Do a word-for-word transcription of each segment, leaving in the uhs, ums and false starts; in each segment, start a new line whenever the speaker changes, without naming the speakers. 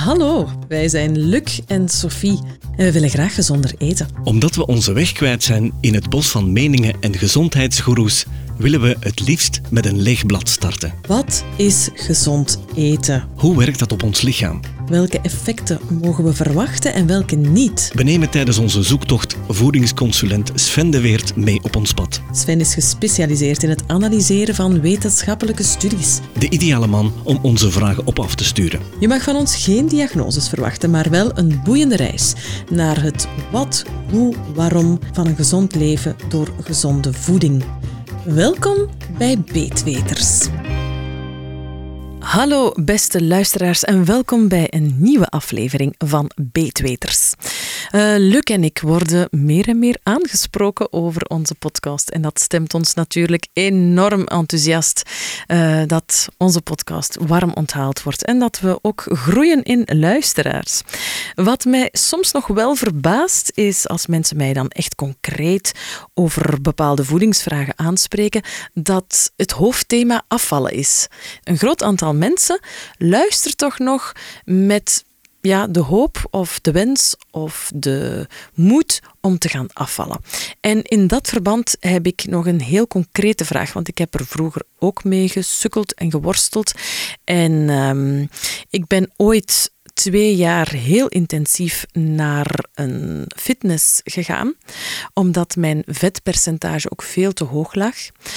Hallo, wij zijn Luc en Sophie en we willen graag gezonder eten.
Omdat we onze weg kwijt zijn in het bos van meningen en gezondheidsgoeroes, willen we het liefst met een leeg blad starten.
Wat is gezond eten?
Hoe werkt dat op ons lichaam?
Welke effecten mogen we verwachten en welke niet?
We nemen tijdens onze zoektocht voedingsconsulent Sven de Weert mee op ons pad.
Sven is gespecialiseerd in het analyseren van wetenschappelijke studies.
De ideale man om onze vragen op af te sturen.
Je mag van ons geen diagnoses verwachten, maar wel een boeiende reis naar het wat, hoe, waarom van een gezond leven door gezonde voeding. Welkom bij Beetweters. Hallo beste luisteraars en welkom bij een nieuwe aflevering van Beetweters. Uh, Luc en ik worden meer en meer aangesproken over onze podcast en dat stemt ons natuurlijk enorm enthousiast uh, dat onze podcast warm onthaald wordt en dat we ook groeien in luisteraars. Wat mij soms nog wel verbaast is als mensen mij dan echt concreet over bepaalde voedingsvragen aanspreken, dat het hoofdthema afvallen is. Een groot aantal mensen luistert toch nog met ja, de hoop of de wens of de moed om te gaan afvallen. En in dat verband heb ik nog een heel concrete vraag, want ik heb er vroeger ook mee gesukkeld en geworsteld. En um, ik ben ooit twee jaar heel intensief naar een fitness gegaan, omdat mijn vetpercentage ook veel te hoog lag.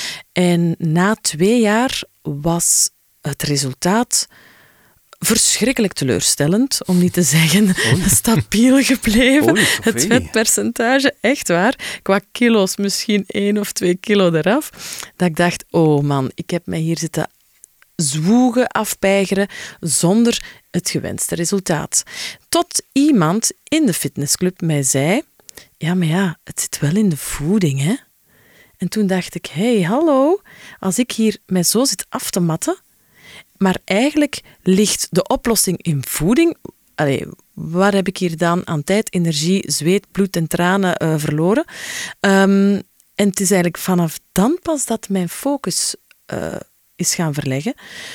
En na twee jaar was het resultaat verschrikkelijk teleurstellend, om niet te zeggen Oei. stabiel gebleven. Oei, het vetpercentage, echt waar. Qua kilo's misschien één of twee kilo eraf. Dat ik dacht, oh man, ik heb mij hier zitten zwoegen, afpeigeren, zonder het gewenste resultaat. Tot iemand in de fitnessclub mij zei, ja, maar ja, het zit wel in de voeding, hè. En toen dacht ik, hé, hey, hallo, als ik hier mij zo zit af te matten, maar eigenlijk ligt de oplossing in voeding. Allee, waar heb ik hier dan aan tijd, energie, zweet, bloed en tranen uh, verloren? Um, en het is eigenlijk vanaf dan pas dat mijn focus uh, is gaan verleggen.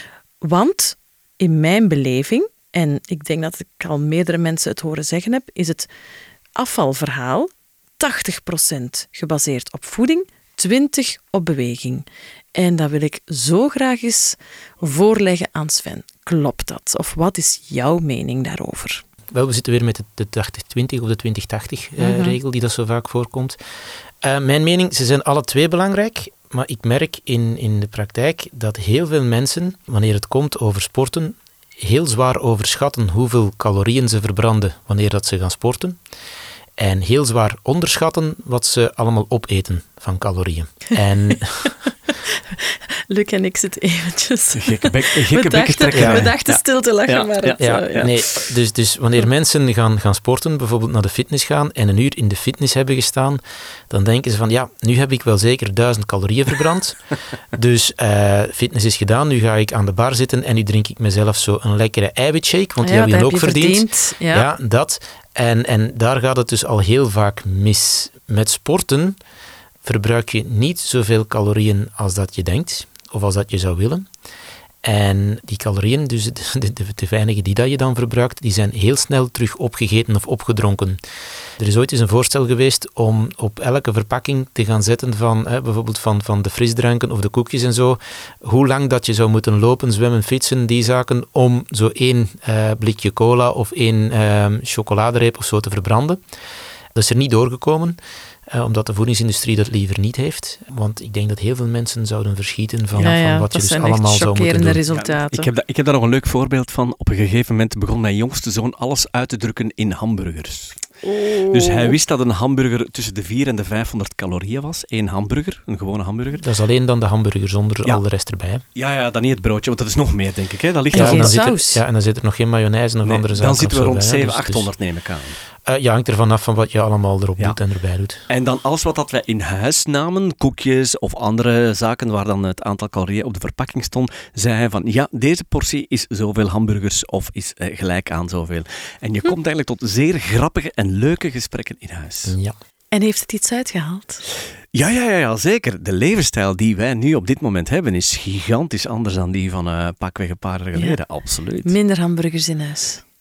Want in mijn beleving, en ik denk dat ik al meerdere mensen het horen zeggen heb, is het afvalverhaal tachtig procent gebaseerd op voeding, twintig procent op beweging. En dat wil ik zo graag eens voorleggen aan Sven. Klopt dat? Of wat is jouw mening daarover?
Wel, we zitten weer met de tachtig twintig of de twintig tachtig uh, mm-hmm. regel die dat zo vaak voorkomt. Uh, mijn mening, ze zijn alle twee belangrijk, maar ik merk in, in de praktijk dat heel veel mensen, wanneer het komt over sporten, heel zwaar overschatten hoeveel calorieën ze verbranden wanneer dat ze gaan sporten. En heel zwaar onderschatten wat ze allemaal opeten van calorieën. En
Luc en ik zitten eventjes...
Gekke bek, gekke
we dachten,
ja.
we dachten
ja.
stil te lachen,
ja.
maar...
Ja,
het,
ja,
uh, ja.
Nee, dus, dus wanneer mensen gaan, gaan sporten, bijvoorbeeld naar de fitness gaan en een uur in de fitness hebben gestaan, dan denken ze van, ja, nu heb ik wel zeker duizend calorieën verbrand. Dus uh, fitness is gedaan, nu ga ik aan de bar zitten en nu drink ik mezelf zo een lekkere eiwitshake, want die
ja,
heb je
heb
ook
je
verdiend.
verdiend. Ja.
ja, dat. En, en daar gaat het dus al heel vaak mis. Met sporten verbruik je niet zoveel calorieën als dat je denkt, of als dat je zou willen. En die calorieën, dus de, de, de weinige die dat je dan verbruikt, die zijn heel snel terug opgegeten of opgedronken. Er is ooit eens een voorstel geweest om op elke verpakking te gaan zetten van, hè, bijvoorbeeld van, van de frisdranken of de koekjes en zo, hoe lang dat je zou moeten lopen, zwemmen, fietsen, die zaken, om zo één uh, blikje cola of één uh, chocoladereep of zo te verbranden. Dat is er niet doorgekomen. Uh, omdat de voedingsindustrie dat liever niet heeft. Want ik denk dat heel veel mensen zouden verschieten van,
ja, ja,
van wat je dus allemaal zou moeten doen.
Resultaten.
Ja, ik, heb da- ik heb daar nog een leuk voorbeeld van. Op een gegeven moment begon mijn jongste zoon alles uit te drukken in hamburgers. Oh. Dus hij wist dat een hamburger tussen de vierhonderd en de vijfhonderd calorieën was. Eén hamburger, een gewone hamburger.
Dat is alleen dan de hamburger, zonder
ja.
al de rest erbij. Hè?
Ja, ja, dan niet het broodje, want dat is nog meer, denk ik. Hè? Dat ligt
en
al
geen
dan
saus.
Er, ja, en dan zit er nog geen mayonaise of
nee,
andere zaken.
Dan zitten we rond
bij,
zevenhonderd,
dus,
achthonderd, neem ik aan.
Uh, ja, hangt ervan af van wat je allemaal erop ja. doet en erbij doet.
En dan alles wat dat wij in huis namen, koekjes of andere zaken waar dan het aantal calorieën op de verpakking stond, zei hij van, ja, deze portie is zoveel hamburgers of is eh, gelijk aan zoveel. En je hm. komt eigenlijk tot zeer grappige en leuke gesprekken in huis.
Ja.
En heeft het iets uitgehaald?
Ja, ja, ja, ja, zeker. De levensstijl die wij nu op dit moment hebben is gigantisch anders dan die van uh, pakweg een paar jaar geleden. Ja. Absoluut.
Minder hamburgers in huis.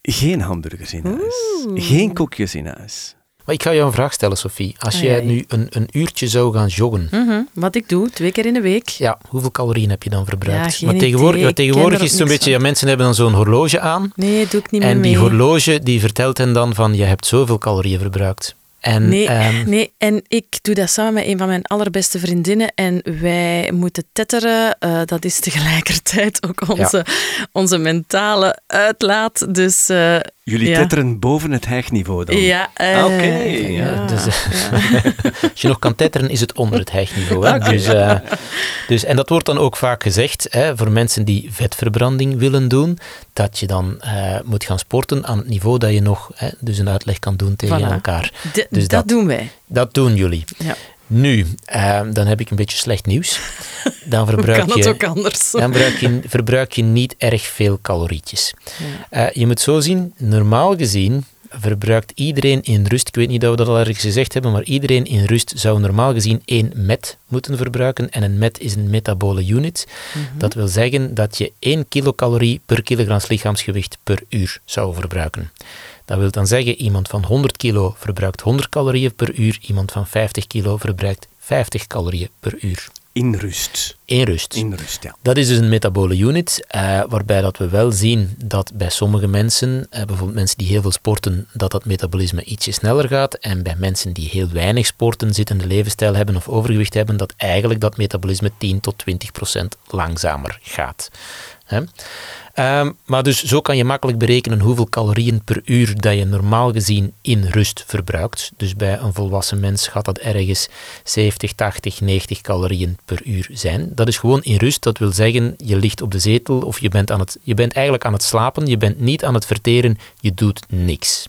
Geen hamburgers in huis. Oeh. Geen koekjes in huis.
Maar ik ga jou een vraag stellen, Sophie. Als
ah,
jij
ja, ja.
nu een, een uurtje zou gaan joggen...
Mm-hmm. Wat ik doe, twee keer in de week.
Ja, hoeveel calorieën heb je dan verbruikt?
Ja,
maar tegenwoordig,
idee.
ja, tegenwoordig is het zo'n beetje...
Van.
Ja, mensen hebben dan zo'n horloge aan.
Nee, doe ik niet meer
En die
mee.
horloge die vertelt hen dan van... Je hebt zoveel calorieën verbruikt. En,
nee,
um,
nee, en ik doe dat samen met een van mijn allerbeste vriendinnen en wij moeten tetteren. Uh, dat is tegelijkertijd ook onze, ja. onze mentale uitlaat. Dus, uh,
Jullie
ja.
tetteren boven het hijgniveau dan?
Ja. Uh,
Oké. Okay, ja.
ja, dus, ja. Als je nog kan tetteren, is het onder het hijgniveau. Hè? Dus, uh, dus, en dat wordt dan ook vaak gezegd, hè, voor mensen die vetverbranding willen doen, dat je dan uh, moet gaan sporten aan het niveau dat je nog hè, dus een uitleg kan doen tegen
voilà.
elkaar.
De,
dus
dat, dat doen wij.
Dat doen jullie. Ja. Nu, uh, dan heb ik een beetje slecht nieuws. Dan verbruik
kan dat
je,
ook anders?
Dan verbruik je, verbruik je niet erg veel calorietjes. Ja. Uh, je moet zo zien, normaal gezien verbruikt iedereen in rust, ik weet niet of we dat al ergens gezegd hebben, maar iedereen in rust zou normaal gezien één met moeten verbruiken. En een met is een metabole unit. Mm-hmm. Dat wil zeggen dat je één kilocalorie per kilogram lichaamsgewicht per uur zou verbruiken. Dat wil dan zeggen, iemand van honderd kilo verbruikt honderd calorieën per uur, iemand van vijftig kilo verbruikt vijftig calorieën per uur.
In rust.
In rust.
In rust, ja.
Dat is dus een metabole unit, uh, waarbij dat we wel zien dat bij sommige mensen, uh, bijvoorbeeld mensen die heel veel sporten, dat dat metabolisme ietsje sneller gaat. En bij mensen die heel weinig sporten, zittende levensstijl hebben of overgewicht hebben, dat eigenlijk dat metabolisme tien tot twintig procent langzamer gaat. He? Um, maar dus zo kan je makkelijk berekenen hoeveel calorieën per uur dat je normaal gezien in rust verbruikt. Dus bij een volwassen mens gaat dat ergens zeventig, tachtig, negentig calorieën per uur zijn. Dat is gewoon in rust. Dat wil zeggen, je ligt op de zetel of je bent, aan het, je bent eigenlijk aan het slapen. Je bent niet aan het verteren. Je doet niks.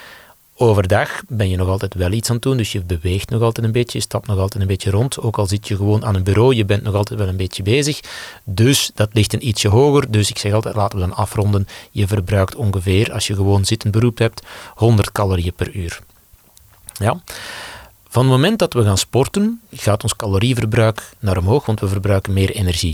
Overdag ben je nog altijd wel iets aan het doen, dus je beweegt nog altijd een beetje, je stapt nog altijd een beetje rond. Ook al zit je gewoon aan een bureau, je bent nog altijd wel een beetje bezig. Dus dat ligt een ietsje hoger. Dus ik zeg altijd, laten we dan afronden. Je verbruikt ongeveer, als je gewoon zittend beroep hebt, honderd calorieën per uur. Ja. Van het moment dat we gaan sporten, gaat ons calorieverbruik naar omhoog, want we verbruiken meer energie.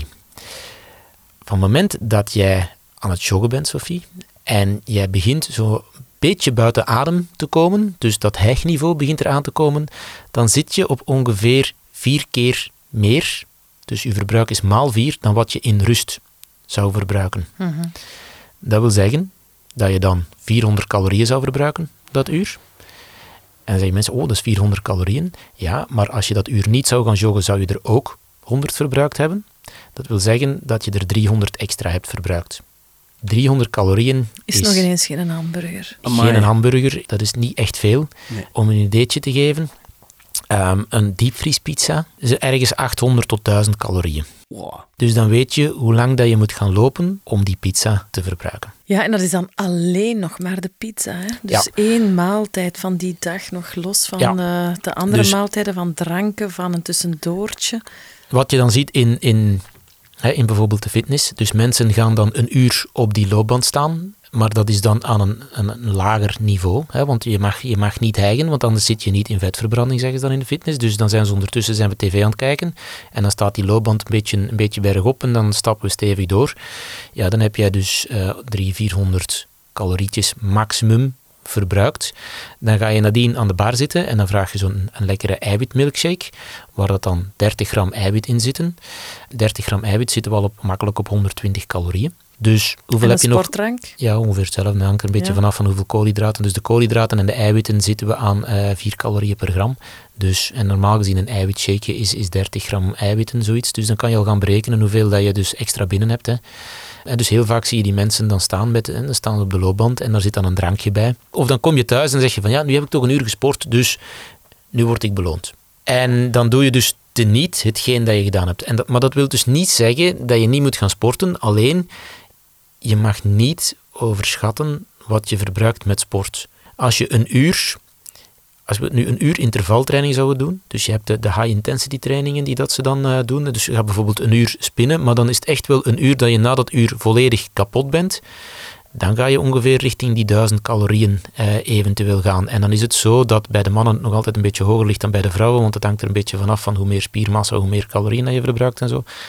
Van het moment dat jij aan het joggen bent, Sophie, en jij begint zo beetje buiten adem te komen, dus dat hijgniveau begint eraan te komen, dan zit je op ongeveer vier keer meer, dus je verbruik is maal vier, dan wat je in rust zou verbruiken. Mm-hmm. Dat wil zeggen dat je dan vierhonderd calorieën zou verbruiken, dat uur. En dan zeggen mensen, oh, dat is vierhonderd calorieën. Ja, maar als je dat uur niet zou gaan joggen, zou je er ook honderd verbruikt hebben. Dat wil zeggen dat je er driehonderd extra hebt verbruikt. driehonderd calorieën
is,
is
nog ineens geen hamburger.
Geen een hamburger, dat is niet echt veel. Nee. Om een ideetje te geven, um, een diepvriespizza is ergens achthonderd tot duizend calorieën. Wow. Dus dan weet je hoe lang dat je moet gaan lopen om die pizza te verbruiken.
Ja, en dat is dan alleen nog maar de pizza. Hè? Dus ja. één maaltijd van die dag nog los van ja. de, de andere dus, maaltijden, van dranken, van een tussendoortje.
Wat je dan ziet in... in in bijvoorbeeld de fitness. Dus mensen gaan dan een uur op die loopband staan, maar dat is dan aan een, een, een lager niveau. Hè, want je mag, je mag niet hijgen, want anders zit je niet in vetverbranding, zeggen ze dan in de fitness. Dus dan zijn ze ondertussen zijn we tv aan het kijken en dan staat die loopband een beetje, een beetje bergop en dan stappen we stevig door. Ja, dan heb jij dus uh, driehonderd, vierhonderd calorietjes maximum verbruikt. Dan ga je nadien aan de bar zitten en dan vraag je zo'n een lekkere eiwitmilkshake, waar dat dan dertig gram eiwit in zitten. dertig gram eiwit zitten we al op, makkelijk op honderdtwintig calorieën. Dus hoeveel
en
heb je nog?
Sportdrank?
Ja, ongeveer hetzelfde. Dat hangt er een beetje ja. vanaf van hoeveel koolhydraten. Dus de koolhydraten en de eiwitten zitten we aan uh, vier calorieën per gram. Dus, en normaal gezien een eiwitsshake is, is dertig gram eiwitten, zoiets. Dus dan kan je al gaan berekenen hoeveel dat je dus extra binnen hebt. Hè. En dus heel vaak zie je die mensen dan staan, met, dan staan op de loopband en daar zit dan een drankje bij. Of dan kom je thuis en zeg je van ja, nu heb ik toch een uur gesport, dus nu word ik beloond. En dan doe je dus teniet hetgeen dat je gedaan hebt. En dat, maar dat wil dus niet zeggen dat je niet moet gaan sporten, alleen je mag niet overschatten wat je verbruikt met sport. Als je een uur, als we nu een uur intervaltraining zouden doen, dus je hebt de, de high-intensity trainingen die dat ze dan uh, doen, dus je gaat bijvoorbeeld een uur spinnen, maar dan is het echt wel een uur dat je na dat uur volledig kapot bent, dan ga je ongeveer richting die duizend calorieën uh, eventueel gaan. En dan is het zo dat bij de mannen het nog altijd een beetje hoger ligt dan bij de vrouwen, want het hangt er een beetje vanaf van hoe meer spiermassa, hoe meer calorieën dat je verbruikt en zo.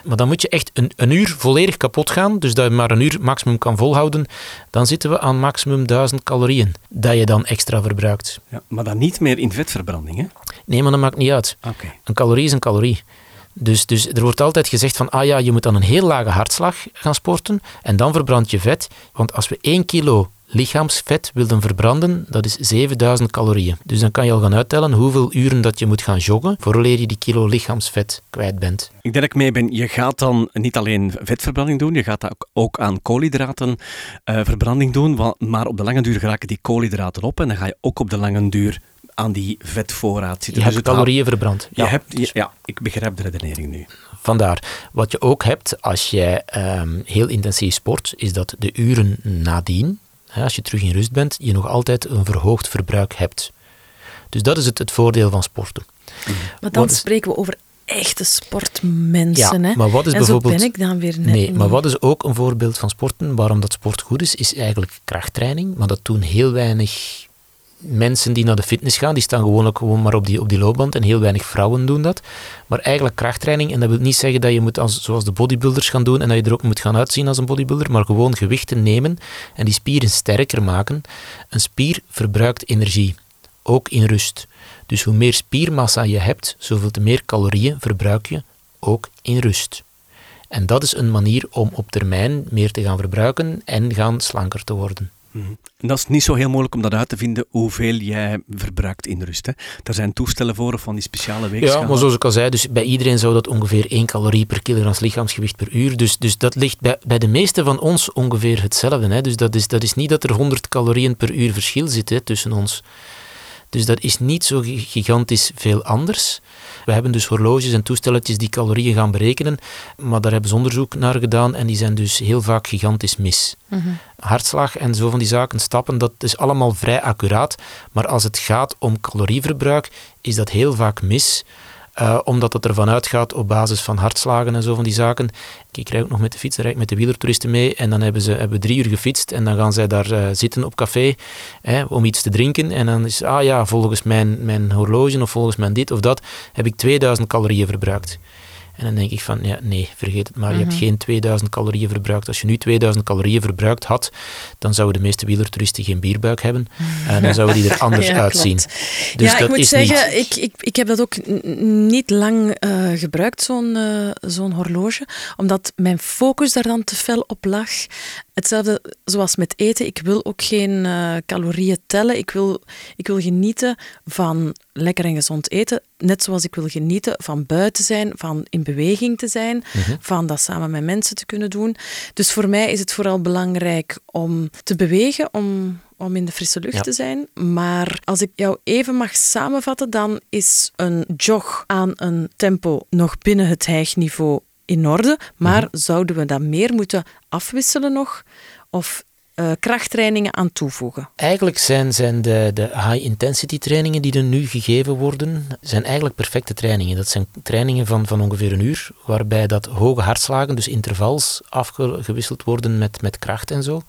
Maar dan moet je echt een, een uur volledig kapot gaan, dus dat je maar een uur maximum kan volhouden. Dan zitten we aan maximum duizend calorieën dat je dan extra verbruikt.
Ja, maar dan niet meer in vetverbranding, hè?
Nee, maar dat maakt niet uit.
Okay.
Een calorie is een calorie. Dus, dus er wordt altijd gezegd van, ah ja, je moet dan een heel lage hartslag gaan sporten en dan verbrand je vet. Want als we één kilo lichaamsvet wilden verbranden, dat is zevenduizend calorieën. Dus dan kan je al gaan uittellen hoeveel uren dat je moet gaan joggen vooraleer je die kilo lichaamsvet kwijt bent.
Ik denk dat ik mee ben. Je gaat dan niet alleen vetverbranding doen, je gaat ook, ook aan koolhydraten uh, verbranding doen, maar op de lange duur geraken die koolhydraten op en dan ga je ook op de lange duur aan die vetvoorraad zitten.
Je
dus
hebt calorieën verbrand.
Je
ja.
hebt, je, ja, ik begrijp de redenering nu.
Vandaar. Wat je ook hebt als je um, heel intensief sport, is dat de uren nadien, als je terug in rust bent, je nog altijd een verhoogd verbruik hebt. Dus dat is het, het voordeel van sporten.
Mm-hmm. Maar dan is... spreken we over echte sportmensen.
Ja,
hè?
Maar wat is
en
bijvoorbeeld...
zo ben ik dan weer net
Nee,
niet.
maar wat is ook een voorbeeld van sporten, waarom dat sport goed is, is eigenlijk krachttraining. Maar dat doen heel weinig mensen die naar de fitness gaan, die staan gewoon, gewoon maar op die, op die loopband en heel weinig vrouwen doen dat. Maar eigenlijk krachttraining, en dat wil niet zeggen dat je moet als, zoals de bodybuilders gaan doen en dat je er ook moet gaan uitzien als een bodybuilder, maar gewoon gewichten nemen en die spieren sterker maken. Een spier verbruikt energie, ook in rust. Dus hoe meer spiermassa je hebt, zoveel te meer calorieën verbruik je, ook in rust. En dat is een manier om op termijn meer te gaan verbruiken en gaan slanker te worden.
Mm-hmm. En dat is niet zo heel moeilijk om dat uit te vinden hoeveel jij verbruikt in rust. Hè? Er zijn toestellen voor van die speciale weegschalen.
Ja, maar zoals ik al zei, dus bij iedereen zou dat ongeveer één calorie per kilogram lichaamsgewicht per uur. Dus, dus dat ligt bij, bij de meeste van ons ongeveer hetzelfde. Hè? Dus dat is, dat is niet dat er honderd calorieën per uur verschil zit hè, tussen ons. Dus dat is niet zo gigantisch veel anders. We hebben dus horloges en toestelletjes die calorieën gaan berekenen, maar daar hebben ze onderzoek naar gedaan en die zijn dus heel vaak gigantisch mis. Mm-hmm. Hartslag en zo van die zaken, stappen, dat is allemaal vrij accuraat, maar als het gaat om calorieverbruik, is dat heel vaak mis, uh, omdat het ervan uitgaat op basis van hartslagen en zo van die zaken. Ik rijd ook nog met de fiets, rijd ik met de wielertoeristen mee en dan hebben ze hebben drie uur gefietst en dan gaan zij daar uh, zitten op café hè, om iets te drinken en dan is, ah ja, volgens mijn, mijn horloge of volgens mijn dit of dat, heb ik tweeduizend calorieën verbruikt. En dan denk ik van, ja, nee, vergeet het maar, mm-hmm. Je hebt geen tweeduizend calorieën verbruikt. Als je nu tweeduizend calorieën verbruikt had, dan zouden de meeste wielertoeristen geen bierbuik hebben. En uh, dan zouden die er anders ja, uitzien. Dus
ja,
dat
ik moet
is
zeggen,
niet...
ik, ik, ik heb dat ook n- niet lang uh, gebruikt, zo'n, uh, zo'n horloge, omdat mijn focus daar dan te fel op lag. Hetzelfde zoals met eten. Ik wil ook geen uh, calorieën tellen. Ik wil, ik wil genieten van lekker en gezond eten. Net zoals ik wil genieten van buiten zijn, van in beweging te zijn, mm-hmm. van dat samen met mensen te kunnen doen. Dus voor mij is het vooral belangrijk om te bewegen, om, om in de frisse lucht ja. te zijn. Maar als ik jou even mag samenvatten, dan is een jog aan een tempo nog binnen het hijgniveau in orde, maar mm-hmm. zouden we dat meer moeten afwisselen nog of uh, krachttrainingen aan toevoegen?
Eigenlijk zijn, zijn de, de high-intensity trainingen die er nu gegeven worden, zijn eigenlijk perfecte trainingen. Dat zijn trainingen van, van ongeveer een uur, waarbij dat hoge hartslagen, dus intervals, afgewisseld worden met, met kracht en zo.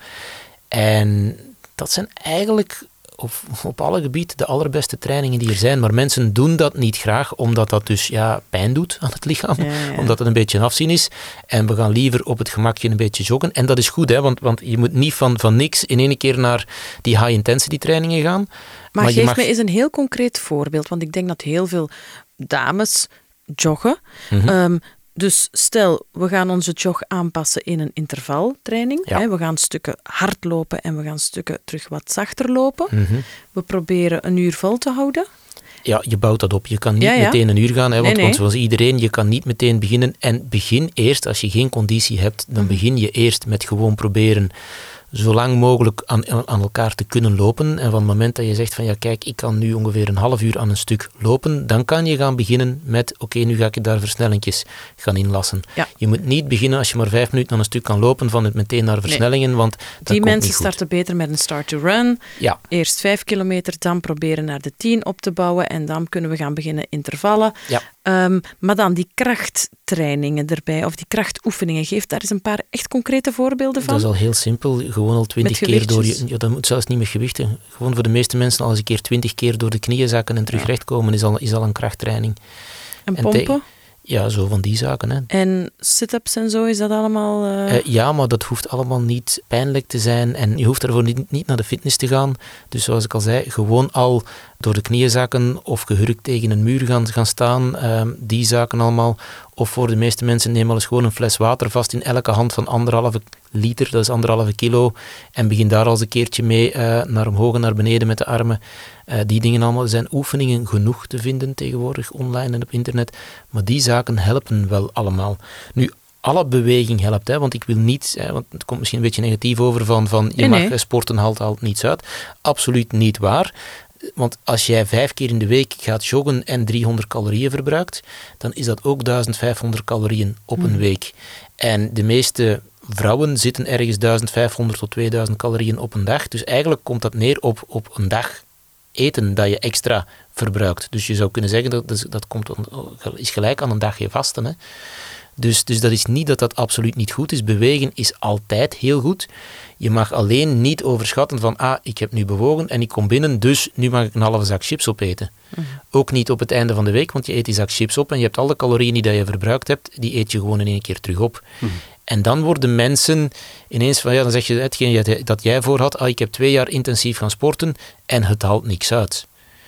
En dat zijn eigenlijk op, op alle gebieden de allerbeste trainingen die er zijn. Maar mensen doen dat niet graag, omdat dat dus ja, pijn doet aan het lichaam. Ja, ja. Omdat het een beetje een afzien is. En we gaan liever op het gemakje een beetje joggen. En dat is goed, hè, want, want je moet niet van, van niks in één keer naar die high-intensity trainingen gaan.
Maar,
maar
geef
mag...
me eens een heel concreet voorbeeld. Want ik denk dat heel veel dames joggen.
Mm-hmm.
Um, Dus stel, we gaan onze jog aanpassen in een intervaltraining.
Ja.
Hè, we gaan stukken hard lopen en we gaan stukken terug wat zachter lopen.
Mm-hmm.
We proberen een uur vol te houden.
Ja, je bouwt dat op. Je kan niet
ja, ja.
meteen een uur gaan, hè, want,
nee, nee.
want zoals iedereen, je kan niet meteen beginnen. En begin eerst, als je geen conditie hebt, dan mm-hmm. begin je eerst met gewoon proberen zo lang mogelijk aan, aan elkaar te kunnen lopen. En van het moment dat je zegt van ja, kijk, ik kan nu ongeveer een half uur aan een stuk lopen, dan kan je gaan beginnen met oké, okay, nu ga ik daar versnellingjes gaan inlassen.
Ja.
Je moet niet beginnen als je maar vijf minuten aan een stuk kan lopen van het meteen naar versnellingen, nee. want dat
Die
komt
mensen
niet goed.
starten beter met een start-to-run.
Ja.
Eerst vijf kilometer, dan proberen naar de tien op te bouwen en dan kunnen we gaan beginnen intervallen.
Ja.
Um, maar dan die krachttrainingen erbij, of die krachtoefeningen, geef daar eens een paar echt concrete voorbeelden van.
Dat is al heel simpel, gewoon al twintig keer door je... Ja, dat moet zelfs niet met gewichten. Gewoon voor de meeste mensen al eens een keer twintig keer door de knieën zakken en terug ja. recht komen is al, is al een krachttraining.
En pompen?
En te, Ja, zo van die zaken. Hè.
En sit-ups en zo, is dat allemaal... Uh...
Uh, ja, maar dat hoeft allemaal niet pijnlijk te zijn en je hoeft daarvoor niet, niet naar de fitness te gaan. Dus zoals ik al zei, gewoon al door de knieën zakken of gehurkt tegen een muur gaan, gaan staan, uh, die zaken allemaal. Of voor de meeste mensen neem al eens gewoon een fles water vast in elke hand van anderhalve liter, dat is anderhalve kilo, en begin daar al eens een keertje mee uh, naar omhoog en naar beneden met de armen. Uh, die dingen allemaal, er zijn oefeningen genoeg te vinden tegenwoordig online en op internet, maar die zaken helpen wel allemaal. Nu, alle beweging helpt, hè, want ik wil niet, hè, want het komt misschien een beetje negatief over van, van je
nee,
mag
nee.
sporten, haalt, haalt niets uit. Absoluut niet waar. Want als jij vijf keer in de week gaat joggen en driehonderd calorieën verbruikt, dan is dat ook duizend vijfhonderd calorieën op mm. een week. En de meeste vrouwen zitten ergens duizend vijfhonderd tot tweeduizend calorieën op een dag. Dus eigenlijk komt dat neer op, op een dag eten dat je extra verbruikt. Dus je zou kunnen zeggen, dat, dat komt, is gelijk aan een dagje vasten. Hè. Dus, dus dat is niet dat dat absoluut niet goed is. Bewegen is altijd heel goed. Je mag alleen niet overschatten van, ah, ik heb nu bewogen en ik kom binnen, dus nu mag ik een halve zak chips opeten. Mm-hmm. Ook niet op het einde van de week, want je eet die zak chips op en je hebt al de calorieën die je verbruikt hebt, die eet je gewoon in één keer terug op. Mm-hmm. En dan worden mensen ineens van, ja, dan zeg je hetgeen dat jij voor had, ah, ik heb twee jaar intensief gaan sporten en het haalt niks uit.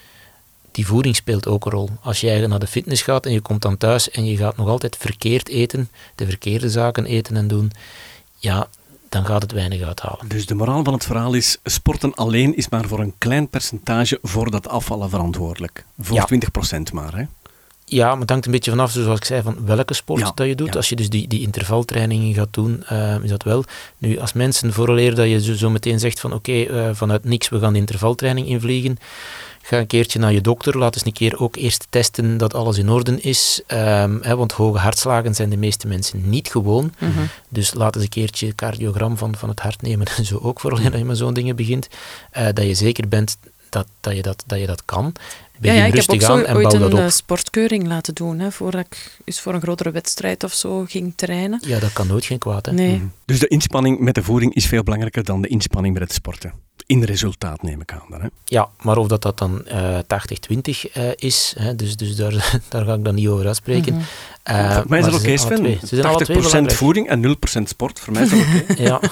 Die voeding speelt ook een rol. Als jij naar de fitness gaat en je komt dan thuis en je gaat nog altijd verkeerd eten, de verkeerde zaken eten en doen, ja, dan gaat het weinig uithalen.
Dus de moraal van het verhaal is, sporten alleen is maar voor een klein percentage voor dat afvallen verantwoordelijk. Voor ja. twintig procent maar, hè?
Ja, maar het hangt een beetje vanaf, zoals ik zei, van welke sport
ja,
dat je doet.
Ja. Als
je dus die, die intervaltrainingen gaat doen, uh, is dat wel. Nu, als mensen vooraleer dat je zo, zo meteen zegt van oké, okay, uh, vanuit niks, we gaan de intervaltraining invliegen, ga een keertje naar je dokter, laat eens een keer ook eerst testen dat alles in orde is. Um, hè, want hoge hartslagen zijn de meeste mensen niet gewoon. Mm-hmm. Dus laat eens een keertje een cardiogram van, van het hart nemen en zo ook, vooral dat je met zo'n dingen begint. Uh, dat je zeker bent dat, dat, je, dat, dat je dat kan. Begin
ja, ja, ik
rustig
heb ook
aan
zo
en
ooit
bouw dat
een
op.
sportkeuring laten doen, hè, voordat ik eens voor een grotere wedstrijd of zo ging trainen.
Ja, dat kan nooit geen kwaad, hè?
Nee.
Mm-hmm. Dus de inspanning met de voeding is veel belangrijker dan de inspanning met het sporten. In resultaat neem ik aan dan, hè?
Ja, maar of dat, dat dan uh, tachtig twintig uh, is, hè, dus, dus daar, daar ga ik dan niet over uitspreken.
Mm-hmm. Uh, voor mij is dat oké, okay, Sven. tachtig procent voeding en nul procent sport, voor mij is dat oké. Okay.
Ja,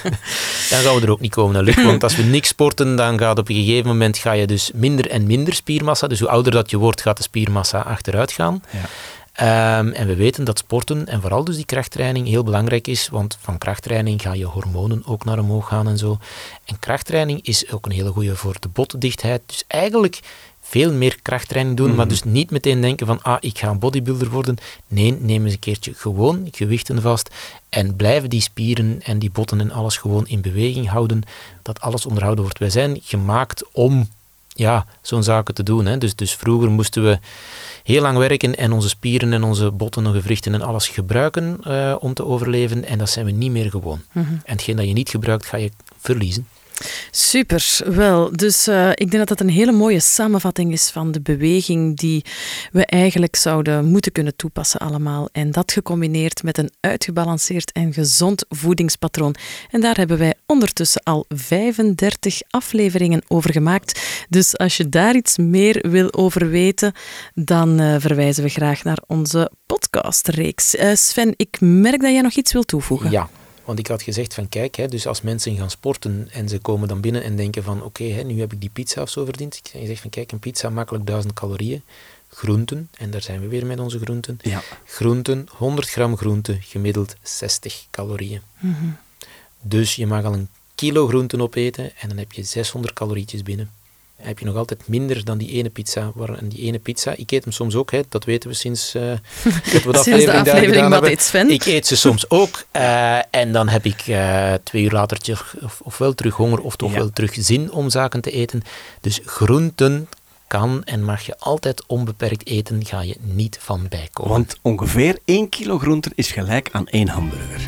dan gaan we er ook niet komen, dat lukt. Want als we niks sporten, dan gaat op een gegeven moment ga je dus minder en minder spiermassa. Dus hoe ouder dat je wordt, gaat de spiermassa achteruit gaan. Ja. Um, en we weten dat sporten, en vooral dus die krachttraining, heel belangrijk is, want van krachttraining gaan je hormonen ook naar omhoog gaan en zo. En krachttraining is ook een hele goede voor de botdichtheid. Dus eigenlijk veel meer krachttraining doen, mm. maar dus niet meteen denken van, ah, ik ga een bodybuilder worden. Nee, neem eens een keertje gewoon gewichten vast en blijven die spieren en die botten en alles gewoon in beweging houden, dat alles onderhouden wordt. Wij zijn gemaakt om ja, zo'n zaken te doen. Hè. Dus, dus vroeger moesten we heel lang werken en onze spieren en onze botten en gewrichten en alles gebruiken uh, om te overleven. En dat zijn we niet meer gewoon. Mm-hmm. En hetgeen dat je niet gebruikt, ga je verliezen.
Super, wel. Dus uh, ik denk dat dat een hele mooie samenvatting is van de beweging die we eigenlijk zouden moeten kunnen toepassen allemaal. En dat gecombineerd met een uitgebalanceerd en gezond voedingspatroon. En daar hebben wij ondertussen al vijfendertig afleveringen over gemaakt. Dus als je daar iets meer wil over weten, dan uh, verwijzen we graag naar onze podcastreeks. Uh, Sven, ik merk dat jij nog iets wilt toevoegen.
Ja. Want ik had gezegd van kijk, hè, dus als mensen gaan sporten en ze komen dan binnen en denken van oké, okay, nu heb ik die pizza of zo verdiend. Ik zeg van kijk, een pizza makkelijk duizend calorieën. Groenten, en daar zijn we weer met onze groenten. Ja. Groenten, honderd gram groenten, gemiddeld zestig calorieën. Mm-hmm. Dus je mag al een kilo groenten opeten en dan heb je zeshonderd calorietjes binnen. Dan heb je nog altijd minder dan die ene pizza. En die ene pizza, ik eet hem soms ook, hè, dat weten we sinds, uh, dat we de aflevering,
de aflevering
daar
eet Sven.
Ik eet ze soms ook. Uh, en dan heb ik uh, twee uur later of, ofwel terug honger of toch ja. wel terug zin om zaken te eten. Dus groenten kan en mag je altijd onbeperkt eten, ga je niet van bijkomen.
Want ongeveer één kilo groenten is gelijk aan één hamburger.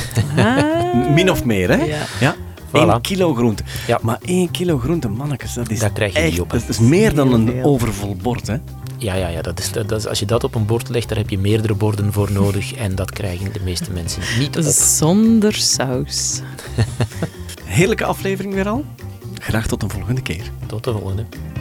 Ah. Min of meer, hè? Ja. ja? Voilà. één kilo groente. Ja. Maar één kilo groente, mannetjes, dat is
dat krijg je
echt,
niet op.
Dat is meer dan een overvol bord, hè?
Ja, ja, ja dat is, dat is, als je dat op een bord legt, daar heb je meerdere borden voor nodig en dat krijgen de meeste mensen niet op.
Zonder saus.
Heerlijke aflevering weer al. Graag tot een volgende keer.
Tot de volgende.